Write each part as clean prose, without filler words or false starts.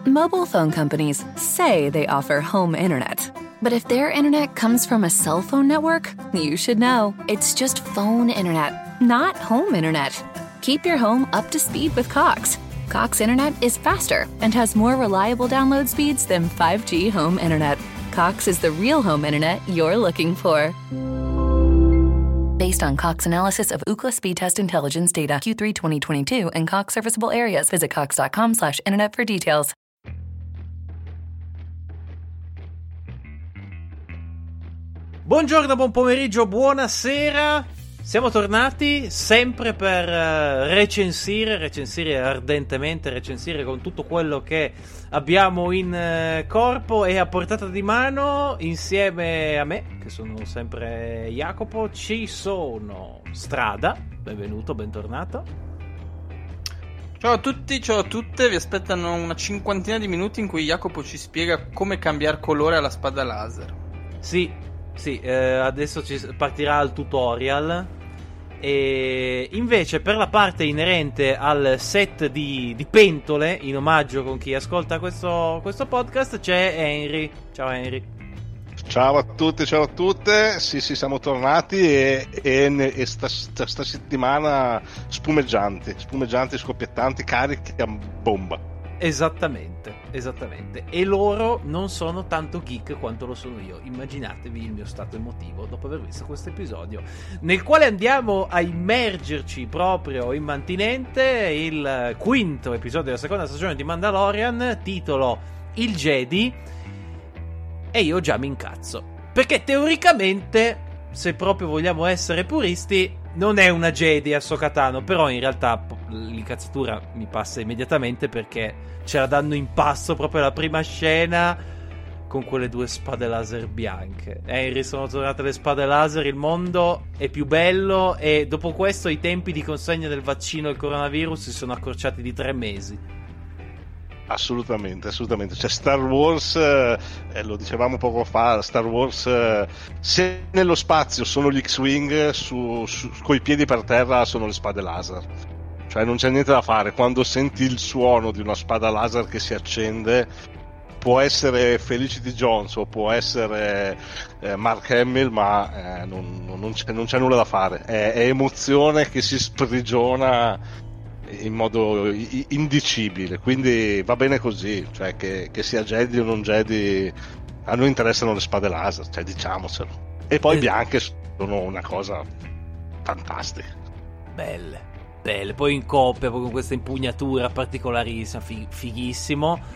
Mobile phone companies say they offer home internet. But if their internet comes from a cell phone network, you should know. It's just phone internet, not home internet. Keep your home up to speed with Cox. Cox internet is faster and has more reliable download speeds than 5G home internet. Cox is the real home internet you're looking for. Based on Cox analysis of Ookla Speedtest Intelligence data Q3 2022 and Cox serviceable areas, visit cox.com/internet for details. Buongiorno, buon pomeriggio, buonasera. Siamo tornati sempre per recensire ardentemente, recensire con tutto quello che abbiamo in corpo e a portata di mano. Insieme a me, che sono sempre Jacopo, ci sono Strada. Benvenuto, bentornato. Ciao a tutti, ciao a tutte. Vi aspettano una cinquantina di minuti in cui Jacopo ci spiega come cambiare colore alla spada laser. Sì, adesso partirà il tutorial. E invece per la parte inerente al set di pentole, in omaggio con chi ascolta questo podcast, c'è Henry. Ciao Henry. Ciao a tutti, ciao a tutte. Sì, siamo tornati e sta settimana spumeggianti, scoppiettanti, carichi a bomba. Esattamente. E loro non sono tanto geek quanto lo sono io. Immaginatevi il mio stato emotivo dopo aver visto questo episodio, nel quale andiamo a immergerci proprio in mantinente. Il quinto episodio della seconda stagione di Mandalorian, titolo Il Jedi. E io già mi incazzo, perché teoricamente, se proprio vogliamo essere puristi, non è una Jedi Ahsoka Tano, però in realtà l'incazzatura mi passa immediatamente perché ce la danno in passo proprio alla prima scena con quelle due spade laser bianche. Henry, sono tornate le spade laser, il mondo è più bello e dopo questo i tempi di consegna del vaccino al coronavirus si sono accorciati di 3 mesi. Assolutamente. Cioè Star Wars, lo dicevamo poco fa, Star Wars, se nello spazio sono gli X-Wing, coi piedi per terra sono le spade laser. Cioè non c'è niente da fare. Quando senti il suono di una spada laser che si accende, può essere Felicity Jones o può essere Mark Hamill, ma non c'è nulla da fare. È emozione che si sprigiona in modo indicibile, quindi va bene così. Cioè che sia Jedi o non Jedi, a noi interessano le spade laser, cioè diciamocelo. E poi bianche sono una cosa fantastica, belle, poi in coppia, poi con questa impugnatura particolarissima, fighissimo.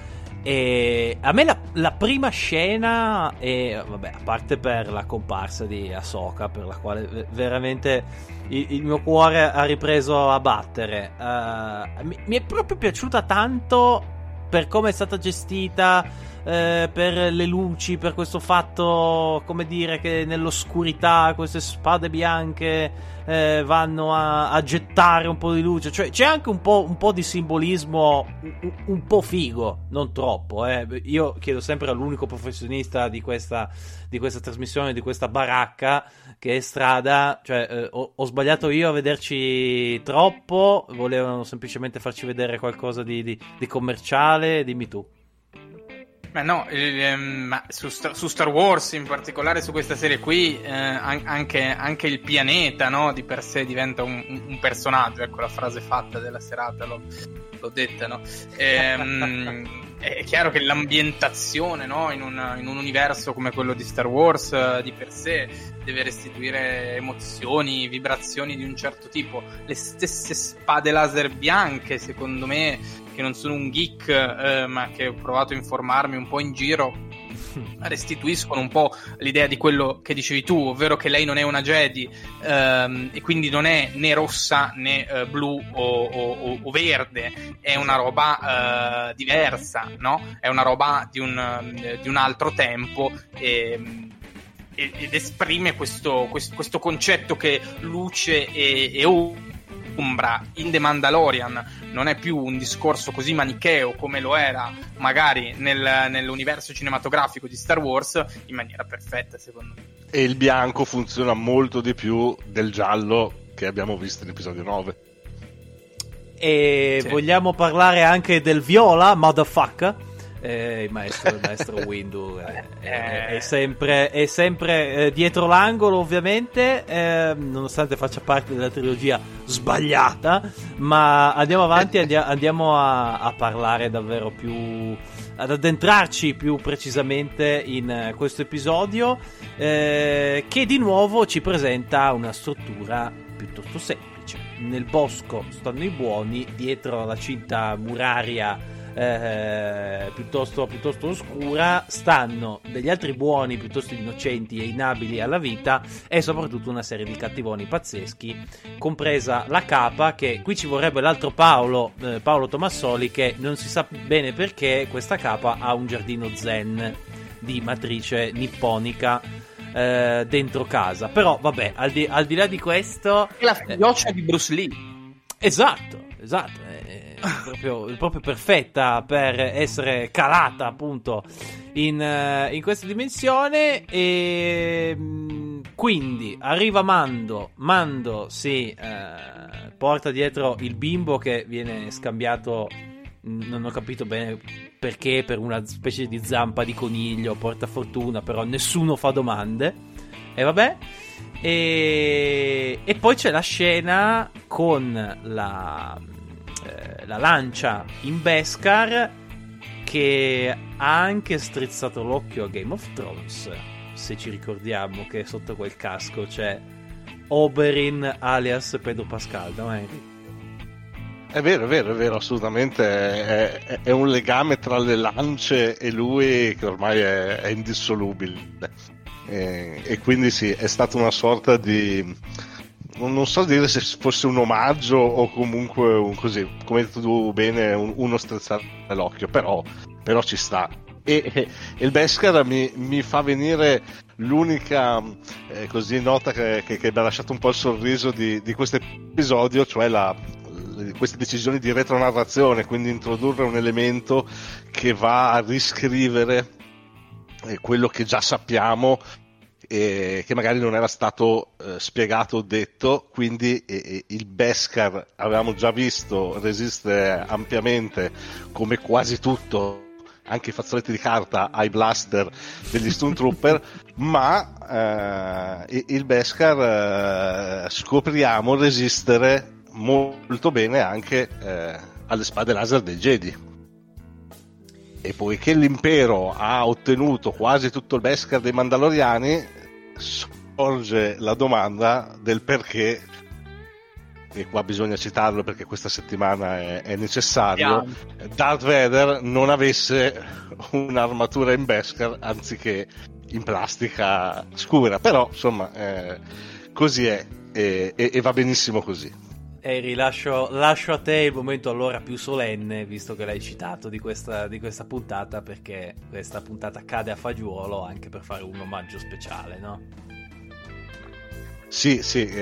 E a me la prima scena, vabbè, a parte per la comparsa di Ahsoka, per la quale veramente il mio cuore ha ripreso a battere, mi è proprio piaciuta tanto per come è stata gestita, per le luci, per questo fatto, come dire, che nell'oscurità queste spade bianche vanno a gettare un po' di luce. Cioè c'è anche un po' di simbolismo un po' figo, non troppo. Io chiedo sempre all'unico professionista di questa trasmissione, di questa baracca, che è Strada. Cioè ho sbagliato io a vederci troppo? Volevano semplicemente farci vedere qualcosa di commerciale? Dimmi tu. Ma no, ma su Star Wars, in particolare su questa serie qui, anche il pianeta, no, di per sé diventa un personaggio. Ecco la frase fatta della serata, l'ho detta, no? È chiaro che l'ambientazione, no, in un universo come quello di Star Wars, di per sé deve restituire emozioni, vibrazioni di un certo tipo. Le stesse spade laser bianche, secondo me, che non sono un geek, ma che ho provato a informarmi un po' in giro, restituiscono un po' l'idea di quello che dicevi tu, ovvero che lei non è una Jedi, e quindi non è né rossa né blu o verde, è una roba diversa, no? È una roba di un altro tempo, ed esprime questo concetto che luce e ombra in The Mandalorian non è più un discorso così manicheo come lo era magari nell'universo cinematografico di Star Wars, in maniera perfetta, secondo me. E il bianco funziona molto di più del giallo che abbiamo visto in episodio 9. E sì, vogliamo parlare anche del viola, motherfucker? il maestro Windu è sempre dietro l'angolo, ovviamente, nonostante faccia parte della trilogia sbagliata. Ma andiamo avanti, andiamo a parlare davvero più, ad addentrarci più precisamente in questo episodio, che di nuovo ci presenta una struttura piuttosto semplice. Nel bosco stanno i buoni, dietro la cinta muraria piuttosto oscura stanno degli altri buoni piuttosto innocenti e inabili alla vita, e soprattutto una serie di cattivoni pazzeschi, compresa la capa, che qui ci vorrebbe l'altro Paolo Tomassoli, che non si sa bene perché questa capa ha un giardino zen di matrice nipponica dentro casa. Però vabbè, al di là di questo, è la figlioccia di Bruce Lee. esatto, proprio perfetta per essere calata appunto in questa dimensione. E quindi arriva Mando si porta dietro il bimbo che viene scambiato, non ho capito bene perché, per una specie di zampa di coniglio porta fortuna, però nessuno fa domande e vabbè. E poi c'è la scena con la lancia in Beskar, che ha anche strizzato l'occhio a Game of Thrones, se ci ricordiamo che sotto quel casco c'è Oberyn alias Pedro Pascal, no Henry? È vero, assolutamente. È un legame tra le lance e lui che ormai è indissolubile. E quindi sì, è stata una sorta di, non so dire se fosse un omaggio o comunque un così, come hai detto tu bene, uno strizzare l'occhio, però ci sta. E il Beskar mi fa venire l'unica così nota che mi ha lasciato un po' il sorriso di questo episodio, cioè queste decisioni di retronarrazione, quindi introdurre un elemento che va a riscrivere quello che già sappiamo, che magari non era stato spiegato o detto. Quindi il Beskar, avevamo già visto, resiste ampiamente, come quasi tutto, anche i fazzoletti di carta, ai blaster degli Stormtrooper, ma il Beskar scopriamo resistere molto bene anche alle spade laser dei Jedi. E poiché l'impero ha ottenuto quasi tutto il Beskar dei Mandaloriani, sorge la domanda del perché, e qua bisogna citarlo perché questa settimana è necessario, Darth Vader non avesse un'armatura in Beskar anziché in plastica scura. Però insomma così è, e va benissimo così. Eri, lascio a te il momento allora più solenne, visto che l'hai citato, di questa puntata, perché questa puntata cade a fagiolo anche per fare un omaggio speciale, no? Sì,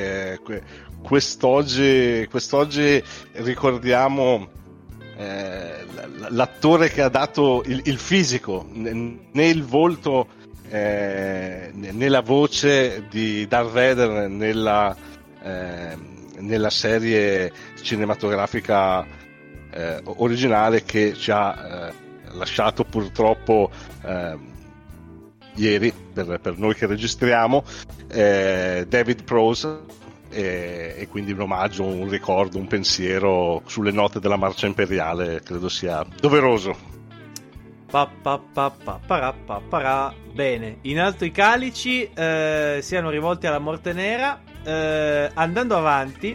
quest'oggi ricordiamo l'attore che ha dato il fisico, né il volto né la voce di Darth Vader nella serie cinematografica originale, che ci ha lasciato purtroppo ieri, per noi che registriamo, David Prowse, e quindi un omaggio, un ricordo, un pensiero sulle note della marcia imperiale credo sia doveroso. Bene, in alto i calici siano rivolti alla morte nera. Andando avanti,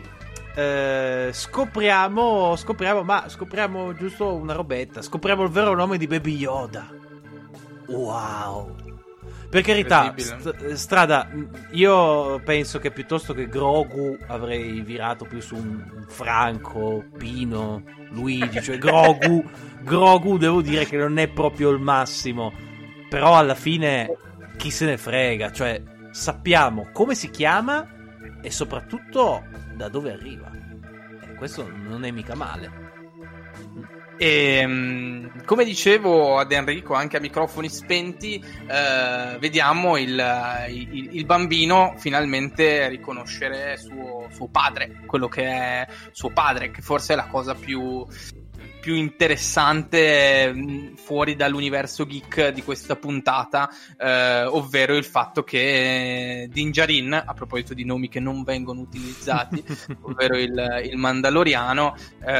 scopriamo giusto una robetta. Scopriamo il vero nome di Baby Yoda. Wow! Per carità, Strada, io penso che piuttosto che Grogu avrei virato più su un Franco, Pino, Luigi, cioè Grogu devo dire che non è proprio il massimo, però alla fine chi se ne frega, cioè sappiamo come si chiama e soprattutto da dove arriva, questo non è mica male. E come dicevo ad Enrico anche a microfoni spenti, vediamo il bambino finalmente riconoscere suo padre, quello che è suo padre, che forse è la cosa più più interessante fuori dall'universo geek di questa puntata, ovvero il fatto che Din Djarin, a proposito di nomi che non vengono utilizzati, ovvero il Mandaloriano,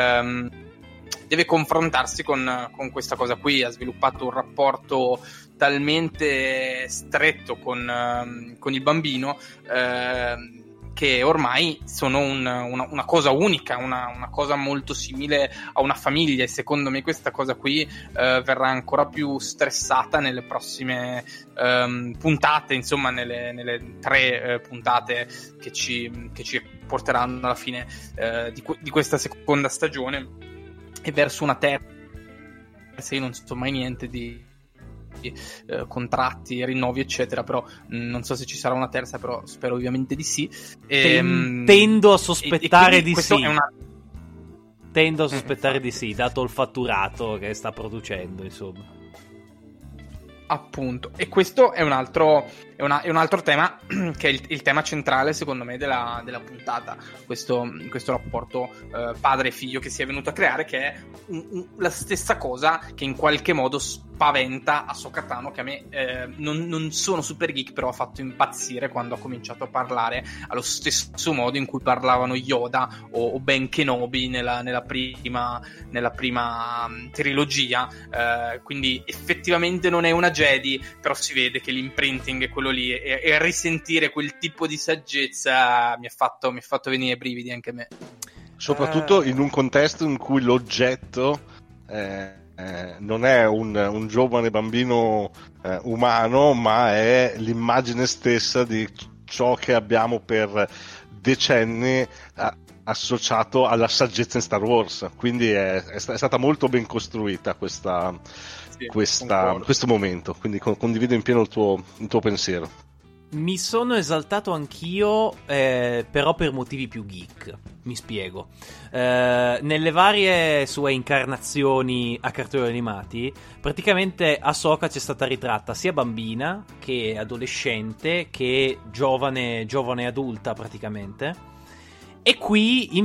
deve confrontarsi con questa cosa qui. Ha sviluppato un rapporto talmente stretto con il bambino che ormai sono una cosa unica, una cosa molto simile a una famiglia, e secondo me questa cosa qui verrà ancora più stressata nelle prossime puntate, insomma nelle 3 puntate che ci porteranno alla fine di questa seconda stagione, e verso una terza. Io non so mai niente di contratti, rinnovi eccetera, però non so se ci sarà una terza, però spero ovviamente di sì. Tendo a sospettare di sì. Tendo a sospettare di sì, dato il fatturato che sta producendo, insomma. Appunto, e questo è un altro tema che è il tema centrale secondo me della puntata, questo rapporto padre e figlio che si è venuto a creare, che è la stessa cosa che in qualche modo spaventa Ahsoka Tano, che a me non sono super geek, però ha fatto impazzire quando ha cominciato a parlare allo stesso modo in cui parlavano Yoda o Ben Kenobi nella prima trilogia, quindi effettivamente non è una Jedi, però si vede che l'imprinting è quello lì, e risentire quel tipo di saggezza mi ha fatto venire brividi anche a me, soprattutto in un contesto in cui l'oggetto non è un giovane bambino umano, ma è l'immagine stessa di ciò che abbiamo per decenni associato alla saggezza in Star Wars, quindi è stata molto ben costruita questo momento, quindi condivido in pieno il tuo pensiero. Mi sono esaltato anch'io, però per motivi più geek. Mi spiego. Nelle varie sue incarnazioni a cartoni animati, praticamente Ahsoka c'è stata ritratta sia bambina che adolescente che giovane adulta praticamente. E qui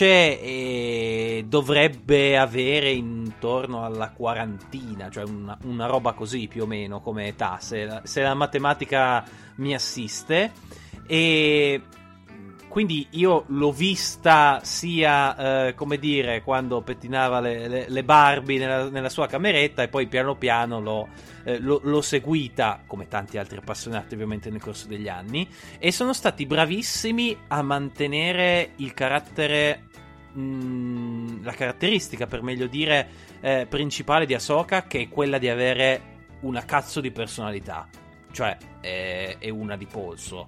invece dovrebbe avere intorno alla quarantina, cioè una roba così più o meno come età, se la matematica mi assiste. E quindi io l'ho vista sia, come dire, quando pettinava le Barbie nella sua cameretta, e poi piano piano l'ho seguita, come tanti altri appassionati ovviamente nel corso degli anni, e sono stati bravissimi a mantenere il carattere, la caratteristica, per meglio dire, principale di Ahsoka, che è quella di avere una cazzo di personalità, cioè è una di polso.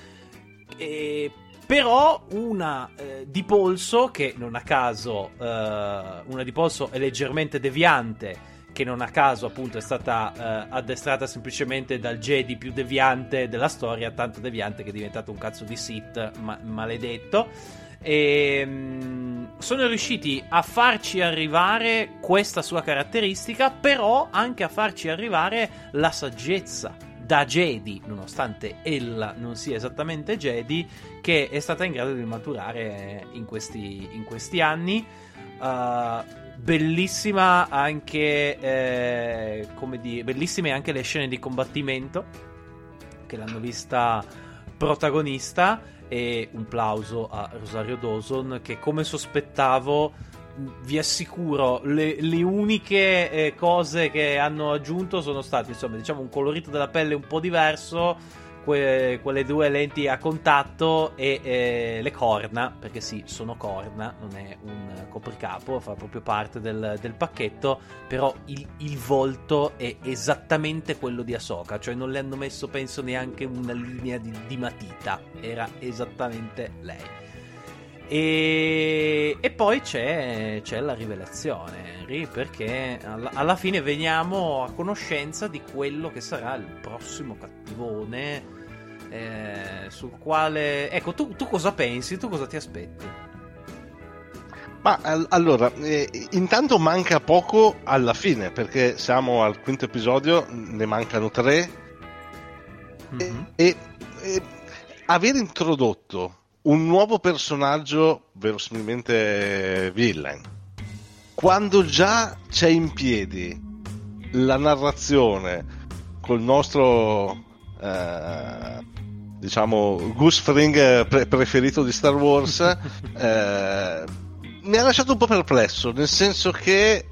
Però una di polso che non a caso una di polso è leggermente deviante, che non a caso appunto è stata addestrata semplicemente dal Jedi più deviante della storia, tanto deviante che è diventato un cazzo di Sith maledetto, e sono riusciti a farci arrivare questa sua caratteristica, però anche a farci arrivare la saggezza da Jedi, nonostante ella non sia esattamente Jedi, che è stata in grado di maturare in questi anni. Bellissima anche bellissime anche le scene di combattimento che l'hanno vista protagonista, e un plauso a Rosario Dawson, che, come sospettavo, vi assicuro, le uniche cose che hanno aggiunto sono state, insomma, diciamo, un colorito della pelle un po' diverso, quelle 2 lenti a contatto e le corna, perché sì, sono corna, non è un copricapo, fa proprio parte del pacchetto, però il volto è esattamente quello di Ahsoka, cioè non le hanno messo, penso, neanche una linea di matita, era esattamente lei. E poi c'è la rivelazione, Henry, perché alla fine veniamo a conoscenza di quello che sarà il prossimo cattivone, sul quale, ecco, tu cosa pensi? Tu cosa ti aspetti? Ma allora, intanto manca poco alla fine, perché siamo al 5º episodio, ne mancano 3, mm-hmm. e aver introdotto un nuovo personaggio, verosimilmente villain, quando già c'è in piedi la narrazione col nostro diciamo Goose Fring preferito di Star Wars, mi ha lasciato un po' perplesso, nel senso che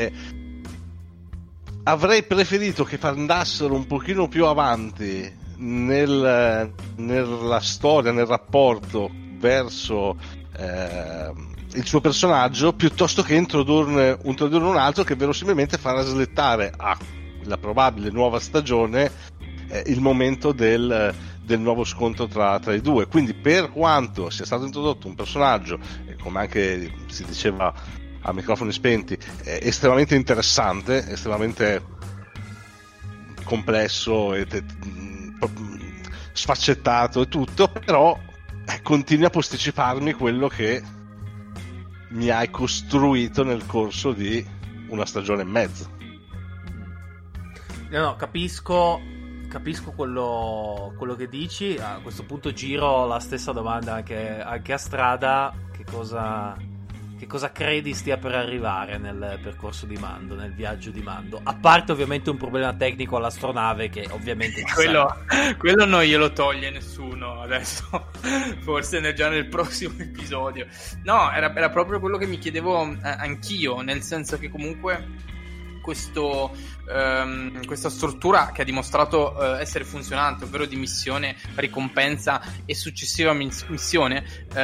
avrei preferito che andassero un pochino più avanti nella storia, nel rapporto verso il suo personaggio, piuttosto che introdurne un altro che verosimilmente farà slettare alla probabile nuova stagione il momento del nuovo scontro tra i due. Quindi, per quanto sia stato introdotto un personaggio, come anche si diceva a microfoni spenti, estremamente interessante, estremamente complesso e sfaccettato e tutto, però continui a posticiparmi quello che mi hai costruito nel corso di una stagione e mezzo. No, capisco quello che dici. A questo punto giro la stessa domanda anche a Strada. Che cosa credi stia per arrivare nel percorso di Mando, nel viaggio di Mando? A parte ovviamente un problema tecnico all'astronave che ovviamente quello non glielo toglie nessuno adesso, forse già nel prossimo episodio. No, era proprio quello che mi chiedevo anch'io, nel senso che comunque questa struttura che ha dimostrato essere funzionante, ovvero di missione, ricompensa e successiva missione,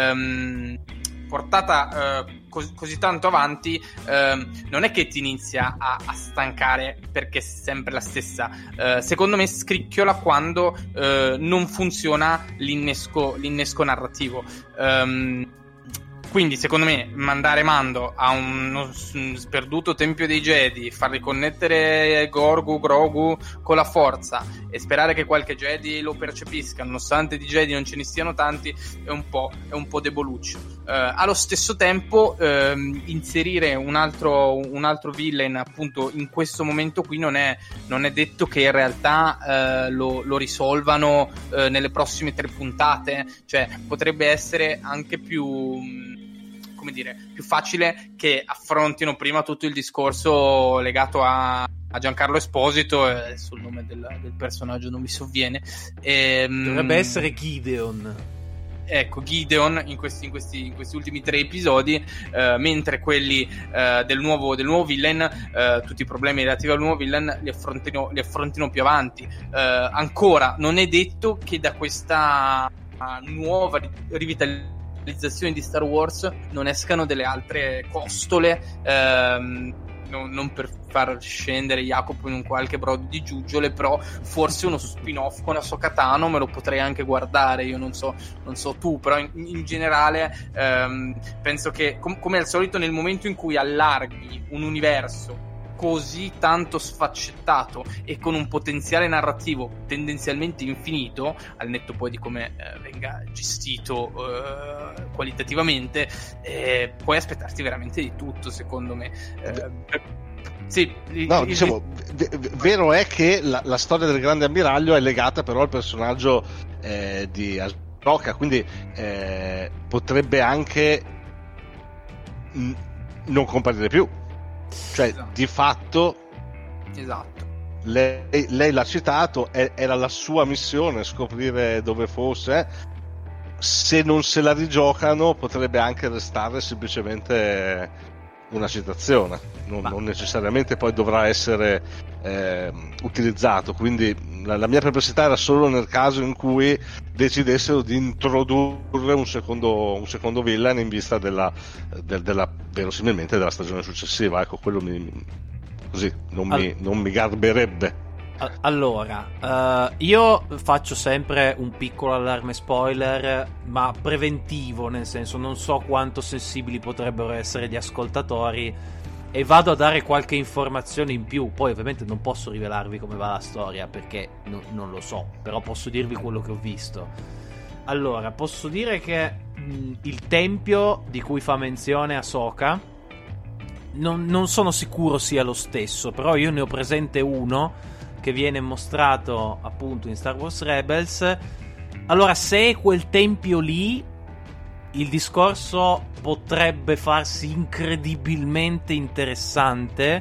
portata così tanto avanti, non è che ti inizia a stancare perché è sempre la stessa. Secondo me scricchiola quando non funziona l'innesco narrativo. Quindi secondo me mandare Mando a uno sperduto Tempio dei Jedi, far riconnettere Grogu con la forza e sperare che qualche Jedi lo percepisca, nonostante di Jedi non ce ne siano tanti, è un po' deboluccio. Allo stesso tempo inserire un altro villain appunto in questo momento qui non è detto che in realtà lo risolvano nelle prossime 3 puntate, cioè potrebbe essere anche più facile che affrontino prima tutto il discorso legato a Giancarlo Esposito, sul nome del personaggio non mi sovviene. Dovrebbe essere Gideon. Ecco, Gideon in questi ultimi 3 episodi, mentre quelli del nuovo villain, tutti i problemi relativi al nuovo villain li affrontino più avanti. Ancora non è detto che da questa nuova rivitalizzazione di Star Wars non escano delle altre costole, non per far scendere Jacopo in un qualche brodo di giuggiole, però forse uno spin-off con Ahsoka Tano me lo potrei anche guardare. Io non so tu, però in generale penso che come al solito nel momento in cui allarghi un universo così tanto sfaccettato e con un potenziale narrativo tendenzialmente infinito, al netto poi di come venga gestito qualitativamente, puoi aspettarti veramente di tutto, secondo me. Sì, vero è che la storia del grande ammiraglio è legata però al personaggio di Ahsoka, quindi potrebbe anche non comparire più. Cioè, esatto. Di fatto, esatto. Lei l'ha citato, era la sua missione scoprire dove fosse. Se non se la rigiocano, potrebbe anche restare semplicemente una citazione, non necessariamente poi dovrà essere utilizzato. Quindi la mia perplessità era solo nel caso in cui decidessero di introdurre un secondo villain in vista della verosimilmente della stagione successiva. Ecco, quello non mi garberebbe. Allora, io faccio sempre un piccolo allarme spoiler, ma preventivo, nel senso non so quanto sensibili potrebbero essere gli ascoltatori, e vado a dare qualche informazione in più. Poi ovviamente non posso rivelarvi come va la storia perché non lo so, però posso dirvi quello che ho visto. Allora, posso dire che il tempio di cui fa menzione Ahsoka non sono sicuro sia lo stesso, però io ne ho presente uno che viene mostrato appunto in Star Wars Rebels. Allora, se è quel tempio lì, il discorso potrebbe farsi incredibilmente interessante,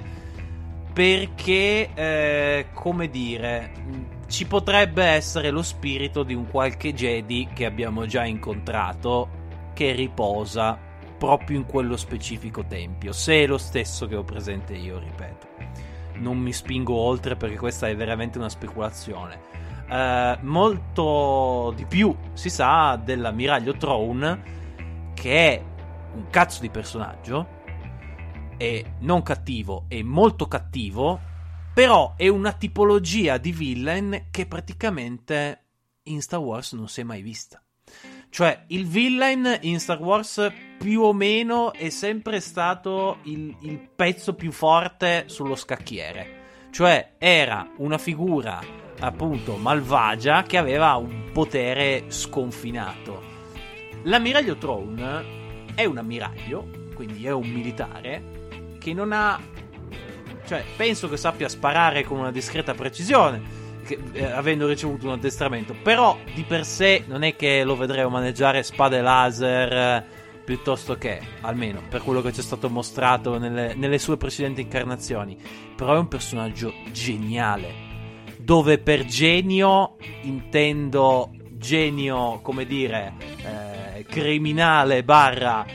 perché, come dire, ci potrebbe essere lo spirito di un qualche Jedi che abbiamo già incontrato, che riposa proprio in quello specifico tempio, se è lo stesso che ho presente io, ripeto. Non mi spingo oltre, perché questa è veramente una speculazione. Molto di più si sa dell'ammiraglio Thrawn, che è un cazzo di personaggio, è non cattivo, è molto cattivo, però è una tipologia di villain che praticamente in Star Wars non si è mai vista. Cioè, il villain in Star Wars più o meno è sempre stato il pezzo più forte sullo scacchiere. Cioè, era una figura, appunto, malvagia, che aveva un potere sconfinato. L'ammiraglio Thrawn è un ammiraglio, quindi è un militare, che non ha... cioè, penso che sappia sparare con una discreta precisione, avendo ricevuto un addestramento, però di per sé non è che lo vedremo maneggiare spade laser, piuttosto che, almeno per quello che ci è stato mostrato nelle sue precedenti incarnazioni. Però è un personaggio geniale, dove per genio intendo genio, come dire, criminale barra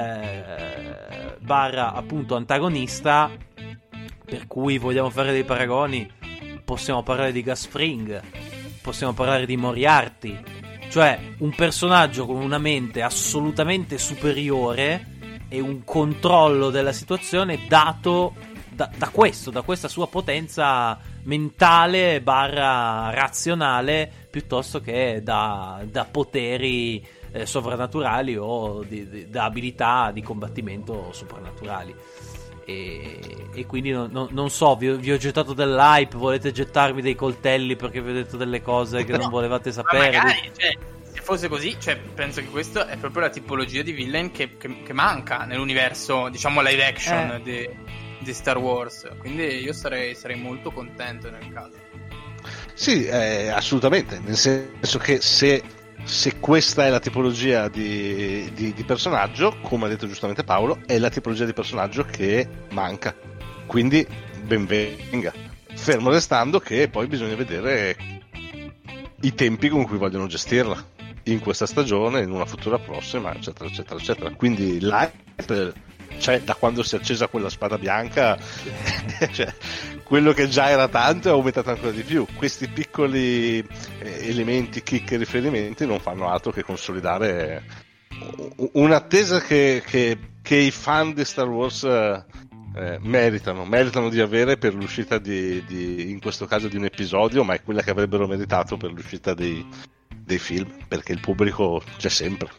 appunto antagonista, per cui vogliamo fare dei paragoni, possiamo parlare di Gus Fring, possiamo parlare di Moriarty, cioè un personaggio con una mente assolutamente superiore e un controllo della situazione dato da questa sua potenza mentale barra razionale, piuttosto che da poteri sovrannaturali o da abilità di combattimento soprannaturali. E quindi non so, vi ho gettato dell'hype, volete gettarmi dei coltelli perché vi ho detto delle cose che non volevate sapere. Ma magari, cioè, se fosse così, cioè, penso che questa è proprio la tipologia di villain che manca nell'universo, diciamo, live action di Star Wars. Quindi io sarei molto contento nel caso. Sì, assolutamente, nel senso che se questa è la tipologia di personaggio, come ha detto giustamente Paolo, è la tipologia di personaggio che manca, quindi ben venga, fermo restando che poi bisogna vedere i tempi con cui vogliono gestirla in questa stagione, in una futura prossima, eccetera eccetera eccetera. Quindi l'hype c'è da quando si è accesa quella spada bianca. Cioè, quello che già era tanto è aumentato ancora di più. Questi piccoli elementi, kick e riferimenti non fanno altro che consolidare un'attesa che i fan di Star Wars meritano di avere per l'uscita in questo caso di un episodio, ma è quella che avrebbero meritato per l'uscita dei film, perché il pubblico c'è sempre.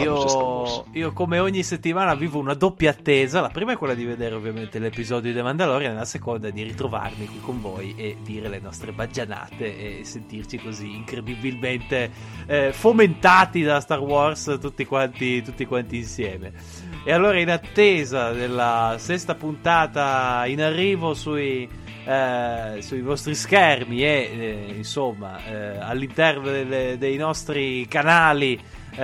Io come ogni settimana vivo una doppia attesa. La prima è quella di vedere ovviamente l'episodio di The Mandalorian, la seconda è di ritrovarmi qui con voi e dire le nostre baggianate e sentirci così incredibilmente fomentati da Star Wars tutti quanti insieme. E allora, in attesa della sesta puntata in arrivo sui vostri schermi e insomma all'interno dei nostri canali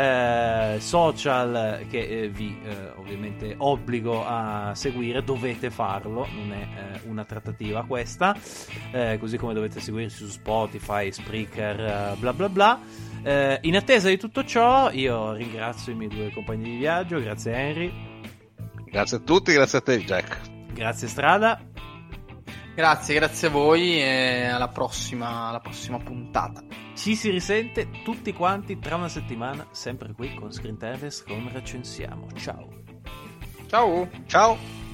social, che vi ovviamente obbligo a seguire, dovete farlo, non è una trattativa questa, così come dovete seguirci su Spotify, Spreaker, bla bla bla. In attesa di tutto ciò, io ringrazio i miei due compagni di viaggio, grazie Henry, grazie a tutti, grazie a te Jack, grazie Strada. Grazie a voi e alla prossima puntata. Ci si risente tutti quanti tra una settimana, sempre qui con Screen Terrace, con Recensiamo. Ciao. Ciao. Ciao.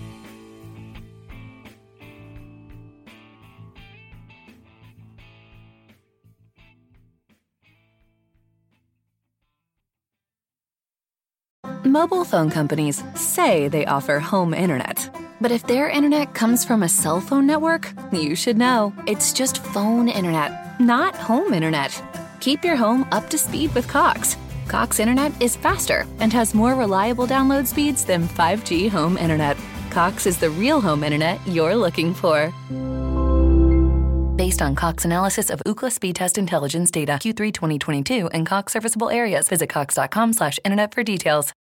Mobile phone companies say they offer home internet. But if their internet comes from a cell phone network, you should know. It's just phone internet, not home internet. Keep your home up to speed with Cox. Cox internet is faster and has more reliable download speeds than 5G home internet. Cox is the real home internet you're looking for. Based on Cox analysis of Ookla speed test intelligence data Q3 2022 and Cox serviceable areas, visit cox.com/internet for details.